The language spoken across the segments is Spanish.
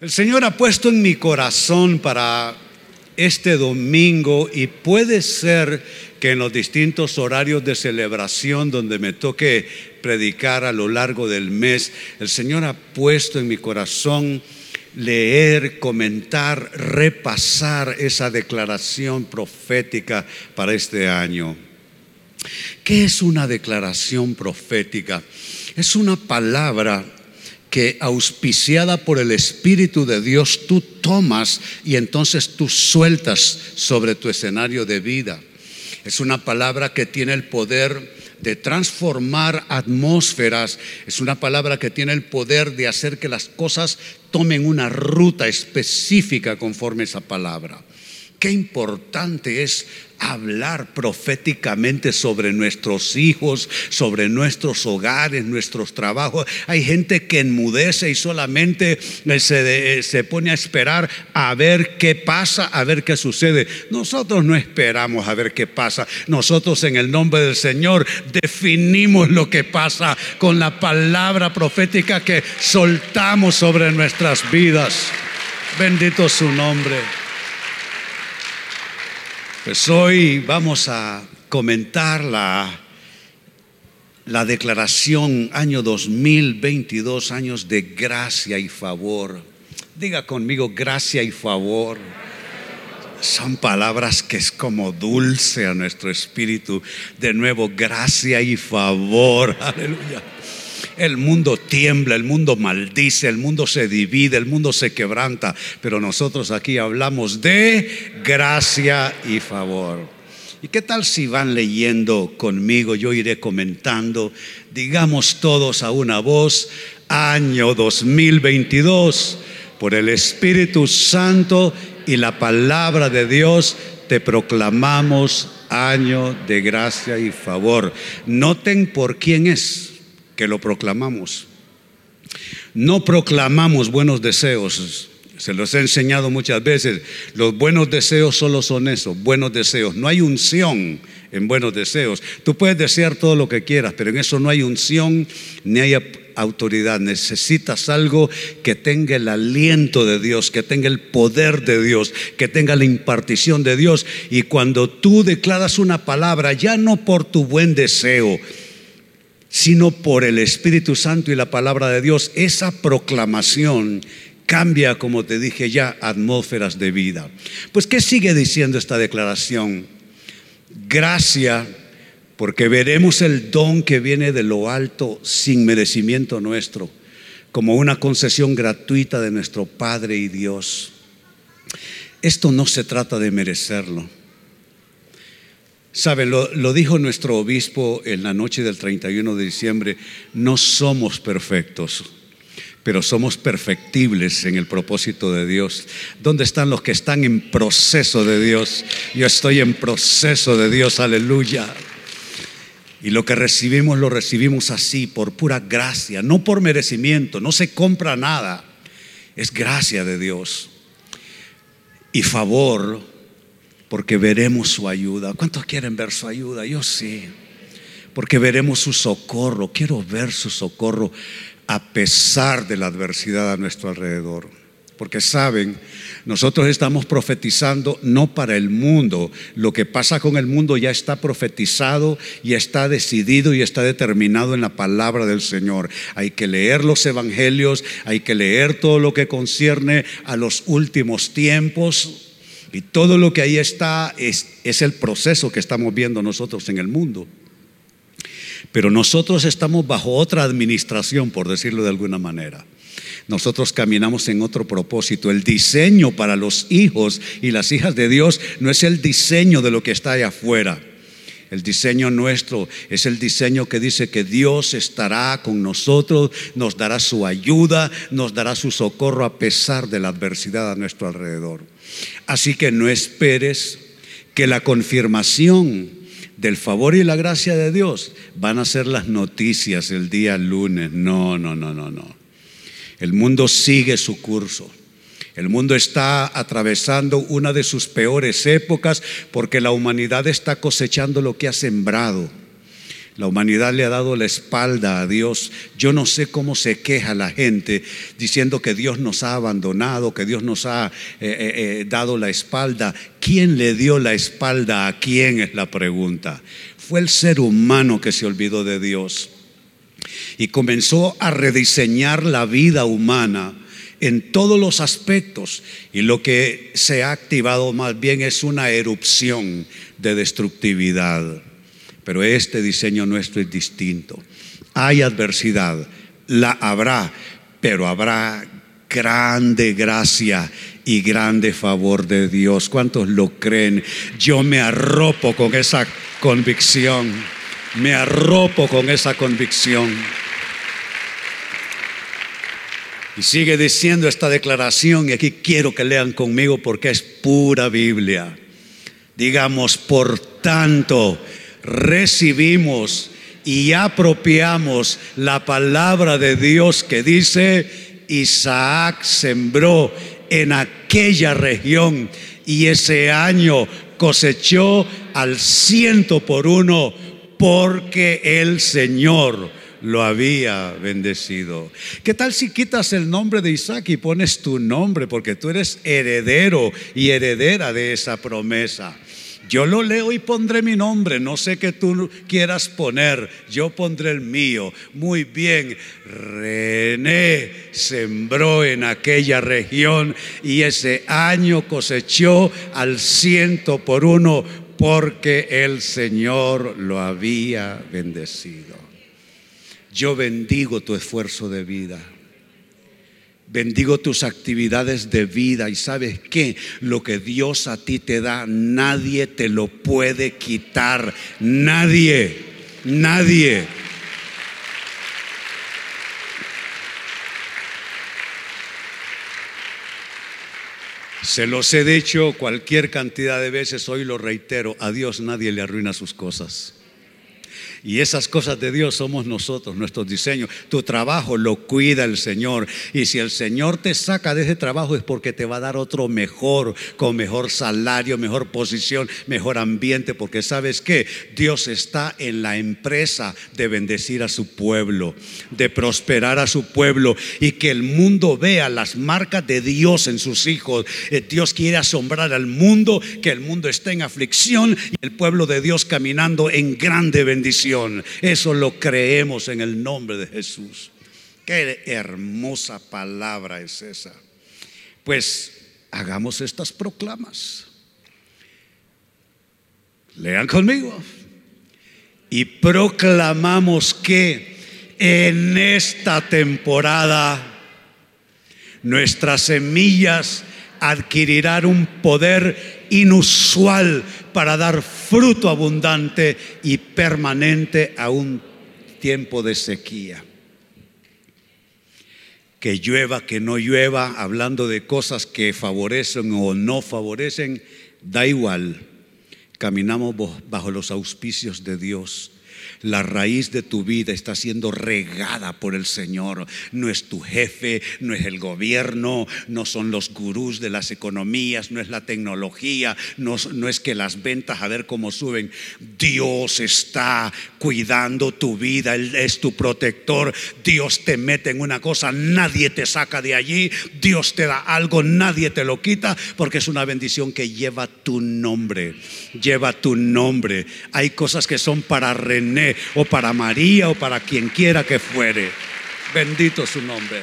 El Señor ha puesto en mi corazón para este domingo, y puede ser que en los distintos horarios de celebración donde me toque predicar a lo largo del mes, el Señor ha puesto en mi corazón leer, comentar, repasar esa declaración profética para este año. ¿Qué es una declaración profética? Es una palabra que, auspiciada por el Espíritu de Dios, tú tomas y entonces tú sueltas sobre tu escenario de vida. Es una palabra que tiene el poder de transformar atmósferas. Es una palabra que tiene el poder de hacer que las cosas tomen una ruta específica conforme a esa palabra. Qué importante es hablar proféticamente sobre nuestros hijos, sobre nuestros hogares, nuestros trabajos. Hay gente que enmudece y solamente se pone a esperar a ver qué pasa, a ver qué sucede. Nosotros no esperamos a ver qué pasa. Nosotros, en el nombre del Señor, definimos lo que pasa con la palabra profética que soltamos sobre nuestras vidas. Bendito su nombre. Pues hoy vamos a comentar la declaración año 2022, años de gracia y favor. Diga conmigo, gracia y favor. Son palabras que es como dulce a nuestro espíritu. De nuevo, gracia y favor. Aleluya. El mundo tiembla, el mundo maldice, el mundo se divide, el mundo se quebranta, pero nosotros aquí hablamos de gracia y favor. ¿Y qué tal si van leyendo conmigo? Yo iré comentando. Digamos todos a una voz: año 2022, por el Espíritu Santo y la palabra de Dios, te proclamamos año de gracia y favor. Noten por quién es que lo proclamamos. No proclamamos buenos deseos. Se los he enseñado muchas veces. Los buenos deseos solo son eso, buenos deseos. No hay unción en buenos deseos. Tú puedes desear todo lo que quieras, pero en eso no hay unción ni hay autoridad. Necesitas algo que tenga el aliento de Dios, que tenga el poder de Dios, que tenga la impartición de Dios. Y cuando tú declaras una palabra, ya no por tu buen deseo, sino por el Espíritu Santo y la palabra de Dios, esa proclamación cambia, como te dije ya, atmósferas de vida. Pues, ¿qué sigue diciendo esta declaración? Gracia, porque veremos el don que viene de lo alto sin merecimiento nuestro, como una concesión gratuita de nuestro Padre y Dios. Esto no se trata de merecerlo. ¿Sabe? Lo dijo nuestro obispo en la noche del 31 de diciembre. No somos perfectos, pero somos perfectibles en el propósito de Dios. ¿Dónde están los que están en proceso de Dios? Yo estoy en proceso de Dios, aleluya. Y lo que recibimos, lo recibimos así, por pura gracia, no por merecimiento. No se compra nada, es gracia de Dios. Y favor, porque veremos su ayuda. ¿Cuántos quieren ver su ayuda? Yo sí. Porque veremos su socorro. Quiero ver su socorro a pesar de la adversidad a nuestro alrededor. Porque saben, nosotros estamos profetizando no para el mundo. Lo que pasa con el mundo ya está profetizado y está decidido y está determinado en la palabra del Señor. Hay que leer los evangelios, hay que leer todo lo que concierne a los últimos tiempos. Y todo lo que ahí está es el proceso que estamos viendo nosotros en el mundo. Pero nosotros estamos bajo otra administración, por decirlo de alguna manera. Nosotros caminamos en otro propósito. El diseño para los hijos y las hijas de Dios no es el diseño de lo que está allá afuera. El diseño nuestro es el diseño que dice que Dios estará con nosotros, nos dará su ayuda, nos dará su socorro a pesar de la adversidad a nuestro alrededor. Así que no esperes que la confirmación del favor y la gracia de Dios van a ser las noticias el día lunes. No. El mundo sigue su curso. El mundo está atravesando una de sus peores épocas porque la humanidad está cosechando lo que ha sembrado. La humanidad le ha dado la espalda a Dios. Yo no sé cómo se queja la gente diciendo que Dios nos ha abandonado, que Dios nos ha dado la espalda. ¿Quién le dio la espalda a quién? Es la pregunta. Fue el ser humano que se olvidó de Dios y comenzó a rediseñar la vida humana en todos los aspectos, y lo que se ha activado más bien es una erupción de destructividad. Pero este diseño nuestro es distinto. Hay adversidad, la habrá, pero habrá grande gracia y grande favor de Dios. ¿Cuántos lo creen? Yo me arropo con esa convicción. Me arropo con esa convicción. Y sigue diciendo esta declaración, y aquí quiero que lean conmigo porque es pura Biblia. Digamos, por tanto, recibimos y apropiamos la palabra de Dios que dice: Isaac sembró en aquella región y ese año cosechó al 100 por 1, porque el Señor lo había bendecido. ¿Qué tal si quitas el nombre de Isaac y pones tu nombre? Porque tú eres heredero y heredera de esa promesa. Yo lo leo y pondré mi nombre. No sé qué tú quieras poner, yo pondré el mío. Muy bien. René sembró en aquella región y ese año cosechó al 100 por 1, porque el Señor lo había bendecido. Yo bendigo tu esfuerzo de vida. Bendigo tus actividades de vida. Y ¿sabes qué? Lo que Dios a ti te da, nadie te lo puede quitar. Nadie, nadie. Se los he dicho cualquier cantidad de veces, hoy lo reitero: a Dios nadie le arruina sus cosas. Y esas cosas de Dios somos nosotros, nuestros diseños. Tu trabajo lo cuida el Señor. Y si el Señor te saca de ese trabajo es porque te va a dar otro mejor, con mejor salario, mejor posición, mejor ambiente. Porque ¿sabes qué? Dios está en la empresa de bendecir a su pueblo, de prosperar a su pueblo, y que el mundo vea las marcas de Dios en sus hijos. Dios quiere asombrar al mundo, que el mundo esté en aflicción y el pueblo de Dios caminando en grande bendición. Eso lo creemos en el nombre de Jesús. Qué hermosa palabra es esa. Pues hagamos estas proclamas. Lean conmigo. Y proclamamos que en esta temporada nuestras semillas adquirirán un poder inusual para dar fruto abundante y permanente a un tiempo de sequía. Que llueva, que no llueva, hablando de cosas que favorecen o no favorecen, da igual. Caminamos bajo los auspicios de Dios. La raíz de tu vida está siendo regada por el Señor. No es tu jefe, no es el gobierno, no son los gurús de las economías, no es la tecnología, no es que las ventas a ver cómo suben. Dios está cuidando tu vida, Él es tu protector. Dios te mete en una cosa, nadie te saca de allí. Dios te da algo, nadie te lo quita, porque es una bendición que lleva tu nombre. Lleva tu nombre. Hay cosas que son para René, o para María, o para quien quiera que fuere. Bendito su nombre.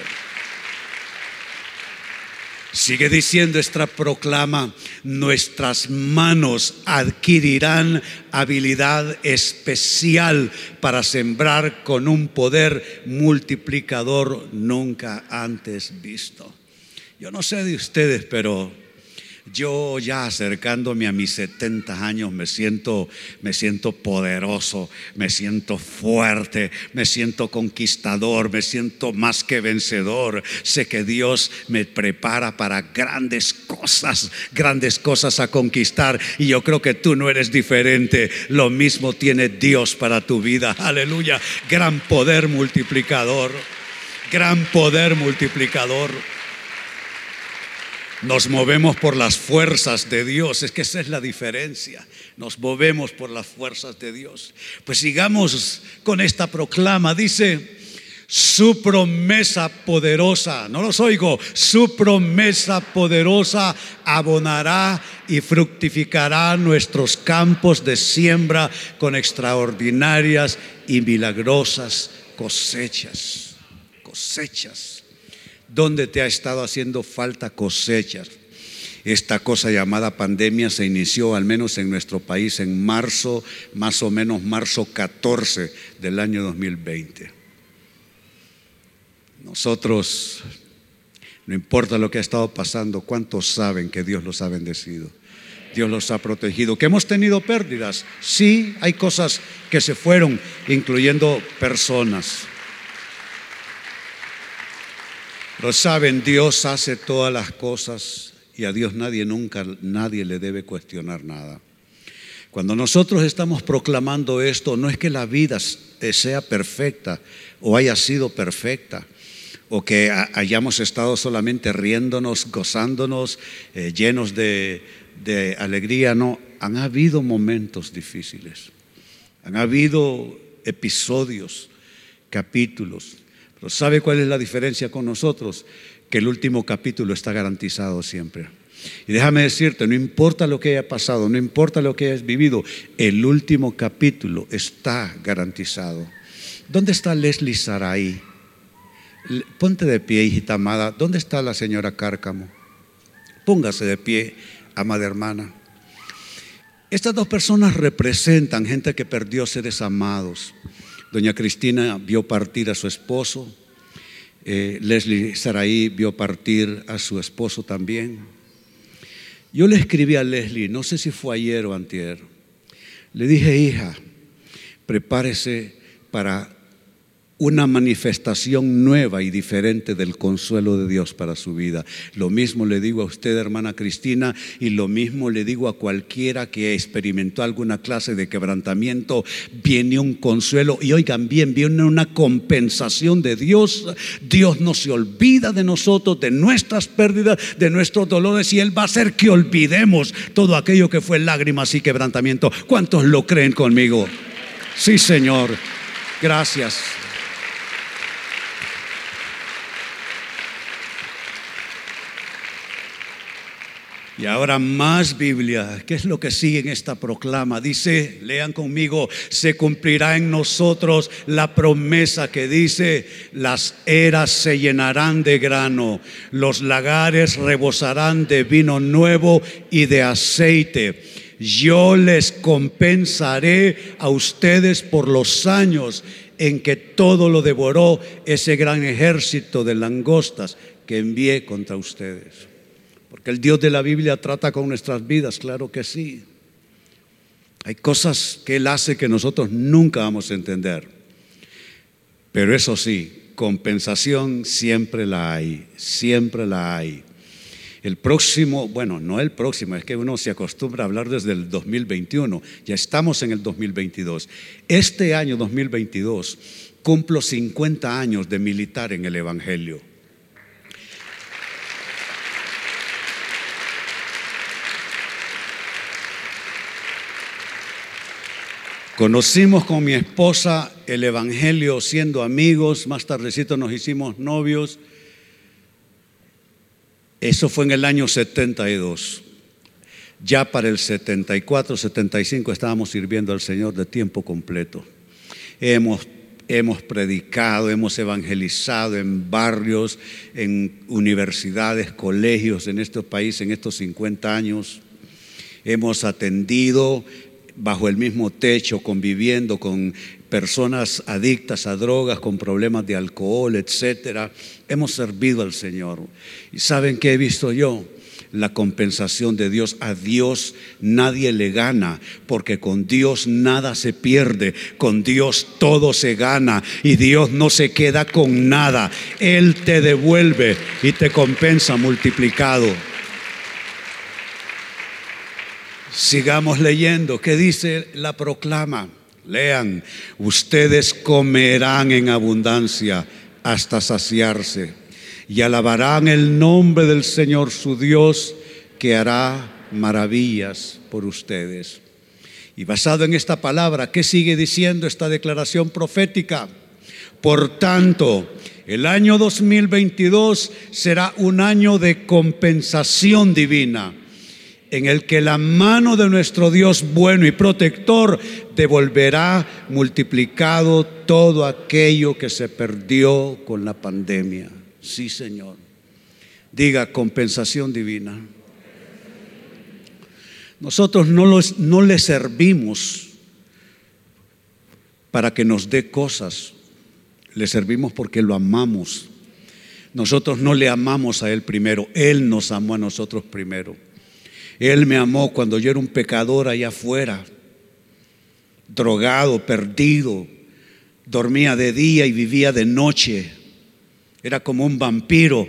Sigue diciendo esta proclama: nuestras manos adquirirán habilidad especial para sembrar con un poder multiplicador nunca antes visto. Yo no sé de ustedes, pero yo ya acercándome a mis 70 años me siento poderoso, me siento fuerte, me siento conquistador, me siento más que vencedor. Sé que Dios me prepara para grandes cosas a conquistar, y yo creo que tú no eres diferente. Lo mismo tiene Dios para tu vida. Aleluya. Gran poder multiplicador. Gran poder multiplicador. Nos movemos por las fuerzas de Dios. Es que esa es la diferencia. Nos movemos por las fuerzas de Dios. Pues sigamos con esta proclama. Dice: su promesa poderosa, no los oigo, su promesa poderosa abonará y fructificará nuestros campos de siembra con extraordinarias y milagrosas cosechas. Cosechas. ¿Dónde te ha estado haciendo falta cosechas? Esta cosa llamada pandemia se inició, al menos en nuestro país, en marzo, más o menos marzo 14 del año 2020. Nosotros, no importa lo que ha estado pasando, ¿cuántos saben que Dios los ha bendecido? Dios los ha protegido. ¿Que hemos tenido pérdidas? Sí, hay cosas que se fueron, incluyendo personas. Pero saben, Dios hace todas las cosas y a Dios nadie le debe cuestionar nada. Cuando nosotros estamos proclamando esto, no es que la vida sea perfecta o haya sido perfecta, o que hayamos estado solamente riéndonos, gozándonos, llenos de alegría. No, han habido momentos difíciles, han habido episodios, capítulos. Pero ¿sabe cuál es la diferencia con nosotros? Que el último capítulo está garantizado siempre. Y déjame decirte, no importa lo que haya pasado, no importa lo que hayas vivido, el último capítulo está garantizado. ¿Dónde está Leslie Saray? Ponte de pie, hijita amada. ¿Dónde está la señora Cárcamo? Póngase de pie, amada hermana. Estas dos personas representan gente que perdió seres amados. Doña Cristina vio partir a su esposo. Leslie Saray vio partir a su esposo también. Yo le escribí a Leslie, no sé si fue ayer o antier. Le dije: hija, prepárese para una manifestación nueva y diferente del consuelo de Dios para su vida. Lo mismo le digo a usted, hermana Cristina, y lo mismo le digo a cualquiera que experimentó alguna clase de quebrantamiento. Viene un consuelo y oigan bien, viene una compensación de Dios. Dios no se olvida de nosotros, de nuestras pérdidas, de nuestros dolores, y Él va a hacer que olvidemos todo aquello que fue lágrimas y quebrantamiento. ¿Cuántos lo creen conmigo? Sí, Señor. Gracias. Y ahora más Biblia. ¿Qué es lo que sigue en esta proclama? Dice, lean conmigo: se cumplirá en nosotros la promesa que dice: las eras se llenarán de grano, los lagares rebosarán de vino nuevo y de aceite. Yo les compensaré a ustedes por los años en que todo lo devoró ese gran ejército de langostas que envié contra ustedes. Porque el Dios de la Biblia trata con nuestras vidas, claro que sí. Hay cosas que Él hace que nosotros nunca vamos a entender. Pero eso sí, compensación siempre la hay, siempre la hay. El próximo, bueno, no el próximo, es que uno se acostumbra a hablar desde el 2021, ya estamos en el 2022. Este año 2022 cumplo 50 años de militar en el Evangelio. Conocimos con mi esposa el Evangelio siendo amigos, más tardecito nos hicimos novios. Eso fue en el año 72. Ya para el 74, 75 estábamos sirviendo al Señor de tiempo completo. Hemos predicado, hemos evangelizado en barrios, en universidades, colegios en este país en estos 50 años. Hemos atendido bajo el mismo techo, conviviendo con personas adictas a drogas, con problemas de alcohol, etcétera. Hemos servido al Señor. ¿Y saben qué he visto yo? La compensación de Dios. A Dios nadie le gana, porque con Dios nada se pierde, con Dios todo se gana, y Dios no se queda con nada. Él te devuelve y te compensa multiplicado. Sigamos leyendo. ¿Qué dice la proclama? Lean: ustedes comerán en abundancia hasta saciarse, y alabarán el nombre del Señor su Dios, que hará maravillas por ustedes. Y basado en esta palabra, ¿qué sigue diciendo esta declaración profética? Por tanto, el año 2022 será un año de compensación divina, en el que la mano de nuestro Dios bueno y protector devolverá multiplicado todo aquello que se perdió con la pandemia. Sí, Señor. Diga: compensación divina. Nosotros no le servimos para que nos dé cosas, le servimos porque lo amamos. Nosotros no le amamos a Él primero, Él nos amó a nosotros primero. Él me amó cuando yo era un pecador allá afuera, drogado, perdido, dormía de día y vivía de noche, era como un vampiro.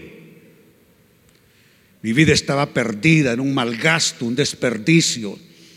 Mi vida estaba perdida en un malgasto, un desperdicio.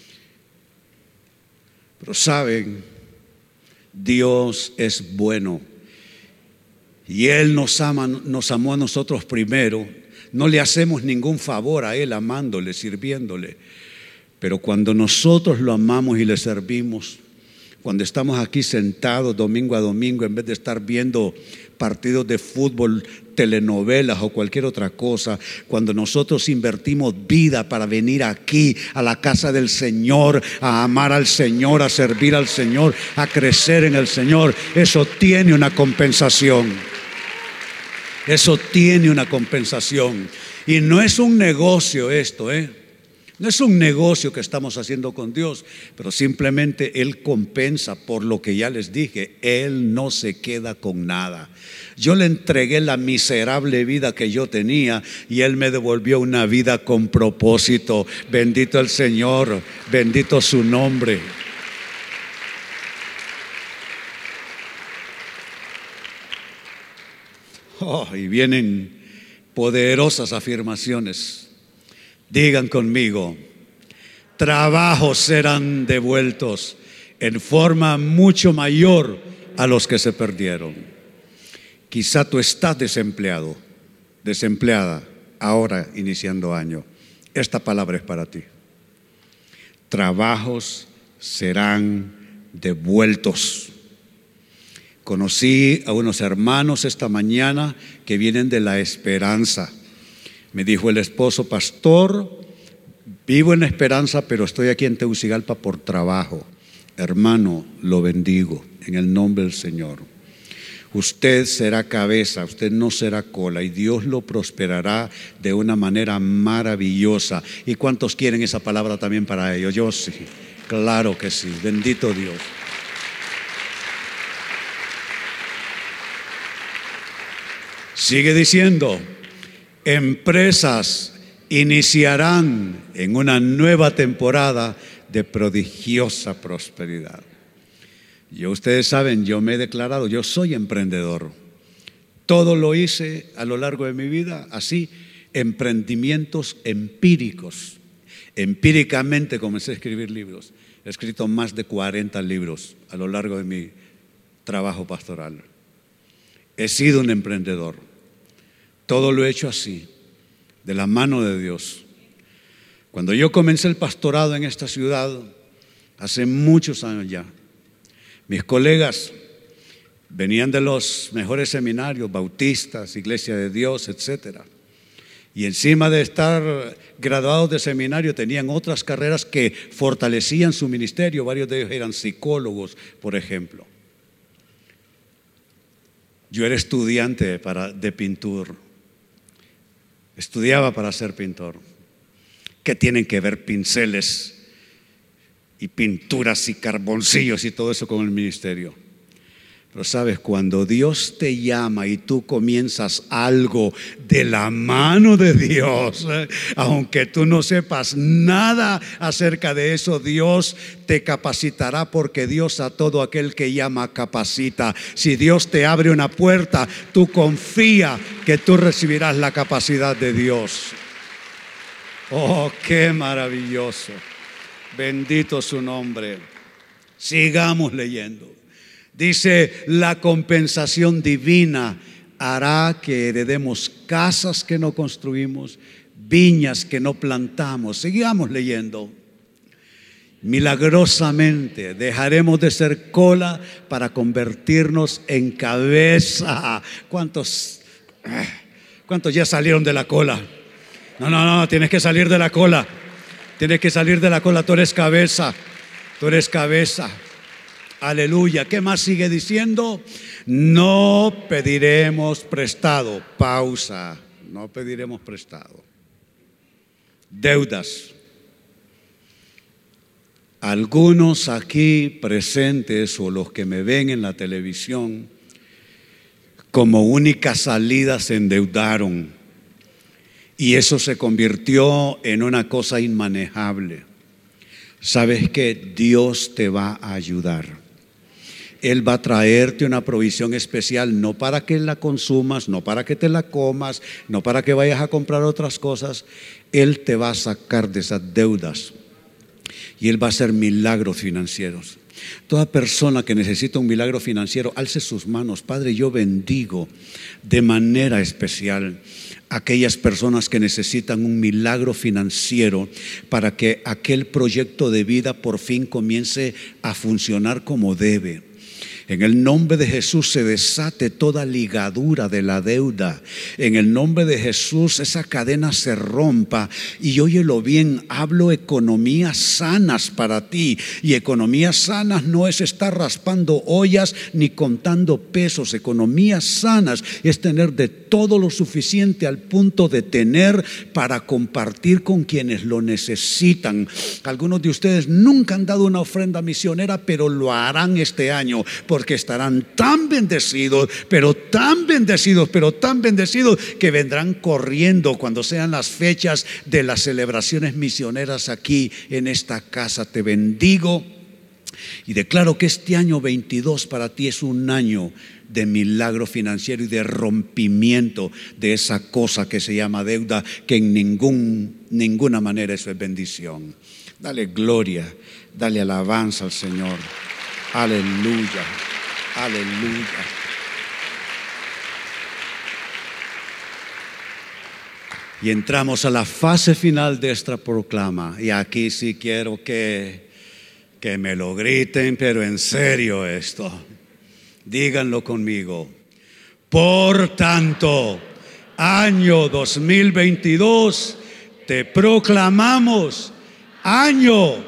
Pero saben, Dios es bueno y Él nos amó a nosotros primero. No le hacemos ningún favor a Él amándole, sirviéndole. Pero cuando nosotros lo amamos y le servimos, cuando estamos aquí sentados domingo a domingo, en vez de estar viendo partidos de fútbol, telenovelas o cualquier otra cosa, cuando nosotros invertimos vida para venir aquí a la casa del Señor, a amar al Señor, a servir al Señor, a crecer en el Señor, eso tiene una compensación. Eso tiene una compensación. Y no es un negocio esto, no es un negocio que estamos haciendo con Dios, pero simplemente Él compensa por lo que ya les dije. Él no se queda con nada. Yo le entregué la miserable vida que yo tenía y Él me devolvió una vida con propósito. Bendito el Señor, bendito su nombre. Y vienen poderosas afirmaciones. Digan conmigo: trabajos serán devueltos en forma mucho mayor a los que se perdieron. Quizá tú estás desempleado, desempleada, ahora iniciando año. Esta palabra es para ti. Trabajos serán devueltos. Conocí a unos hermanos esta mañana que vienen de La Esperanza. Me dijo el esposo: pastor, vivo en La Esperanza, pero estoy aquí en Tegucigalpa por trabajo. Hermano, lo bendigo en el nombre del Señor. Usted será cabeza, usted no será cola, y Dios lo prosperará de una manera maravillosa. ¿Y cuántos quieren esa palabra también para ellos? Yo sí, claro que sí. Bendito Dios. Sigue diciendo: empresas iniciarán en una nueva temporada de prodigiosa prosperidad. Ustedes saben, yo me he declarado, yo soy emprendedor. Todo lo hice a lo largo de mi vida así, emprendimientos empíricos. Empíricamente comencé a escribir libros. He escrito más de 40 libros a lo largo de mi trabajo pastoral. He sido un emprendedor. Todo lo he hecho así, de la mano de Dios. Cuando yo comencé el pastorado en esta ciudad, hace muchos años ya, mis colegas venían de los mejores seminarios, bautistas, Iglesia de Dios, etcétera. Y encima de estar graduados de seminario, tenían otras carreras que fortalecían su ministerio. Varios de ellos eran psicólogos, por ejemplo. Yo era estudiante de pintura. Estudiaba para ser pintor. ¿Qué tienen que ver pinceles y pinturas y carboncillos y todo eso con el ministerio? Pero sabes, cuando Dios te llama y tú comienzas algo de la mano de Dios, aunque tú no sepas nada acerca de eso, Dios te capacitará, porque Dios a todo aquel que llama capacita. Si Dios te abre una puerta, tú confía que tú recibirás la capacidad de Dios. Oh, qué maravilloso. Bendito su nombre. Sigamos leyendo. Dice: la compensación divina hará que heredemos casas que no construimos, viñas que no plantamos. Sigamos leyendo. Milagrosamente dejaremos de ser cola para convertirnos en cabeza. ¿Cuántos ya salieron de la cola? No, tienes que salir de la cola. Tienes que salir de la cola, tú eres cabeza. Tú eres cabeza. Aleluya. ¿Qué más sigue diciendo? No pediremos prestado. Pausa. No pediremos prestado. Deudas. Algunos aquí presentes o los que me ven en la televisión, como única salida se endeudaron y eso se convirtió en una cosa inmanejable. ¿Sabes qué? Dios te va a ayudar. Él va a traerte una provisión especial, no para que la consumas, no para que te la comas, no para que vayas a comprar otras cosas. Él te va a sacar de esas deudas y Él va a hacer milagros financieros. Toda persona que necesita un milagro financiero, alce sus manos. Padre, yo bendigo de manera especial a aquellas personas que necesitan un milagro financiero para que aquel proyecto de vida por fin comience a funcionar como debe. En el nombre de Jesús se desate toda ligadura de la deuda. En el nombre de Jesús esa cadena se rompa. Y óyelo bien, hablo economías sanas para ti. Y economías sanas no es estar raspando ollas ni contando pesos. Economías sanas es tener de todo lo suficiente al punto de tener para compartir con quienes lo necesitan. Algunos de ustedes nunca han dado una ofrenda misionera, pero lo harán este año, porque estarán tan bendecidos, pero tan bendecidos, que vendrán corriendo cuando sean las fechas de las celebraciones misioneras aquí en esta casa. Te bendigo y declaro que este año 22 para ti es un año de milagro financiero y de rompimiento de esa cosa que se llama deuda, que en ninguna manera eso es bendición. Dale gloria, dale alabanza al Señor. Aleluya, aleluya. Y entramos a la fase final de esta proclama. Y aquí sí quiero que me lo griten, pero en serio esto. Díganlo conmigo. Por tanto, año 2022, te proclamamos año.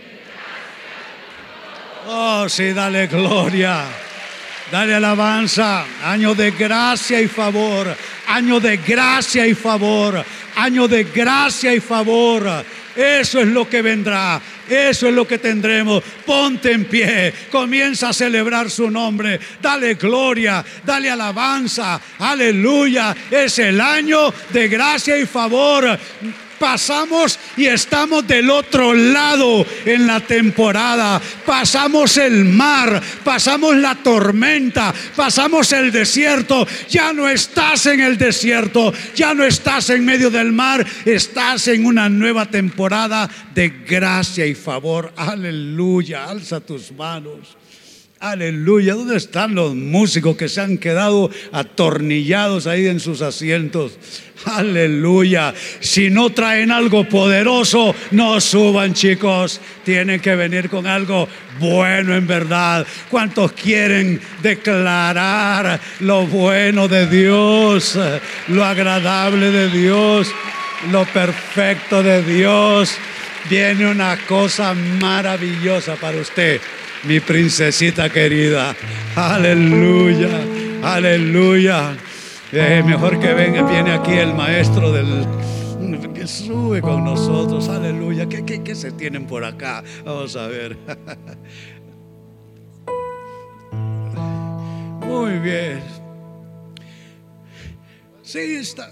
Oh, sí, dale gloria, dale alabanza. Año de gracia y favor, año de gracia y favor, año de gracia y favor. Eso es lo que vendrá, eso es lo que tendremos. Ponte en pie, comienza a celebrar su nombre, dale gloria, dale alabanza, aleluya. Es el año de gracia y favor. Pasamos y estamos del otro lado en la temporada. Pasamos el mar, pasamos la tormenta, pasamos el desierto. Ya no estás en el desierto, ya no estás en medio del mar, estás en una nueva temporada de gracia y favor. Aleluya, alza tus manos. Aleluya. ¿Dónde están los músicos que se han quedado atornillados ahí en sus asientos? Aleluya. Si no traen algo poderoso, no suban, chicos. Tienen que venir con algo bueno en verdad. ¿Cuántos quieren declarar lo bueno de Dios, lo agradable de Dios, lo perfecto de Dios? Viene una cosa maravillosa para usted, mi princesita querida. Aleluya, aleluya. Mejor que venga, viene aquí el maestro que sube con nosotros. Aleluya. ¿Qué se tienen por acá? Vamos a ver. Muy bien. Sí, está.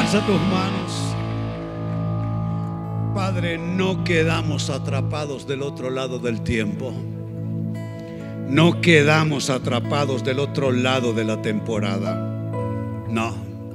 Alza tus manos. Padre, no quedamos atrapados del otro lado del tiempo. No quedamos atrapados del otro lado de la temporada. No.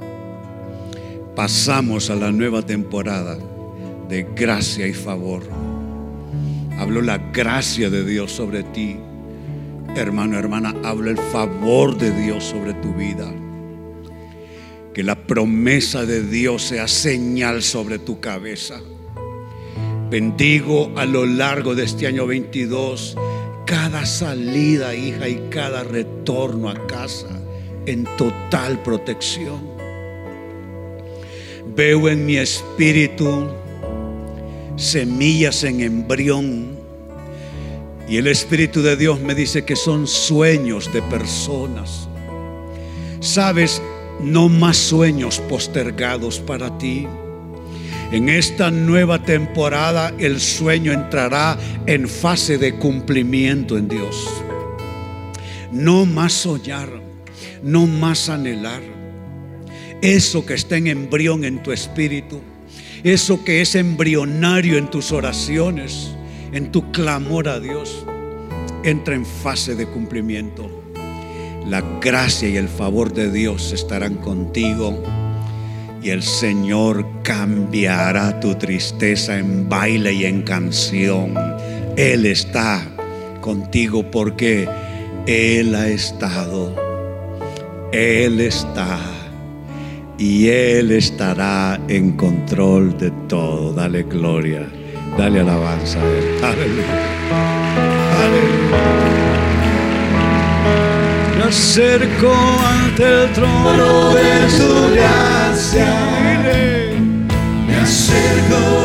Pasamos a la nueva temporada de gracia y favor. Hablo la gracia de Dios sobre ti. Hermano, hermana, hablo el favor de Dios sobre tu vida. Que la promesa de Dios sea señal sobre tu cabeza. Bendigo a lo largo de este año 22 cada salida, hija, y cada retorno a casa en total protección. Veo en mi espíritu semillas en embrión, y el Espíritu de Dios me dice que son sueños de personas. Sabes, no más sueños postergados para ti. En esta nueva temporada el sueño entrará en fase de cumplimiento en Dios. No más soñar, no más anhelar. Eso que está en embrión en tu espíritu, eso que es embrionario en tus oraciones, en tu clamor a Dios, entra en fase de cumplimiento. La gracia y el favor de Dios estarán contigo, y el Señor cambiará tu tristeza en baile y en canción. Él está contigo porque Él ha estado, Él está y Él estará en control de todo. Dale gloria, dale alabanza a Él. Aleluya, aleluya. Me acerco ante el trono de su gracia. Me acerco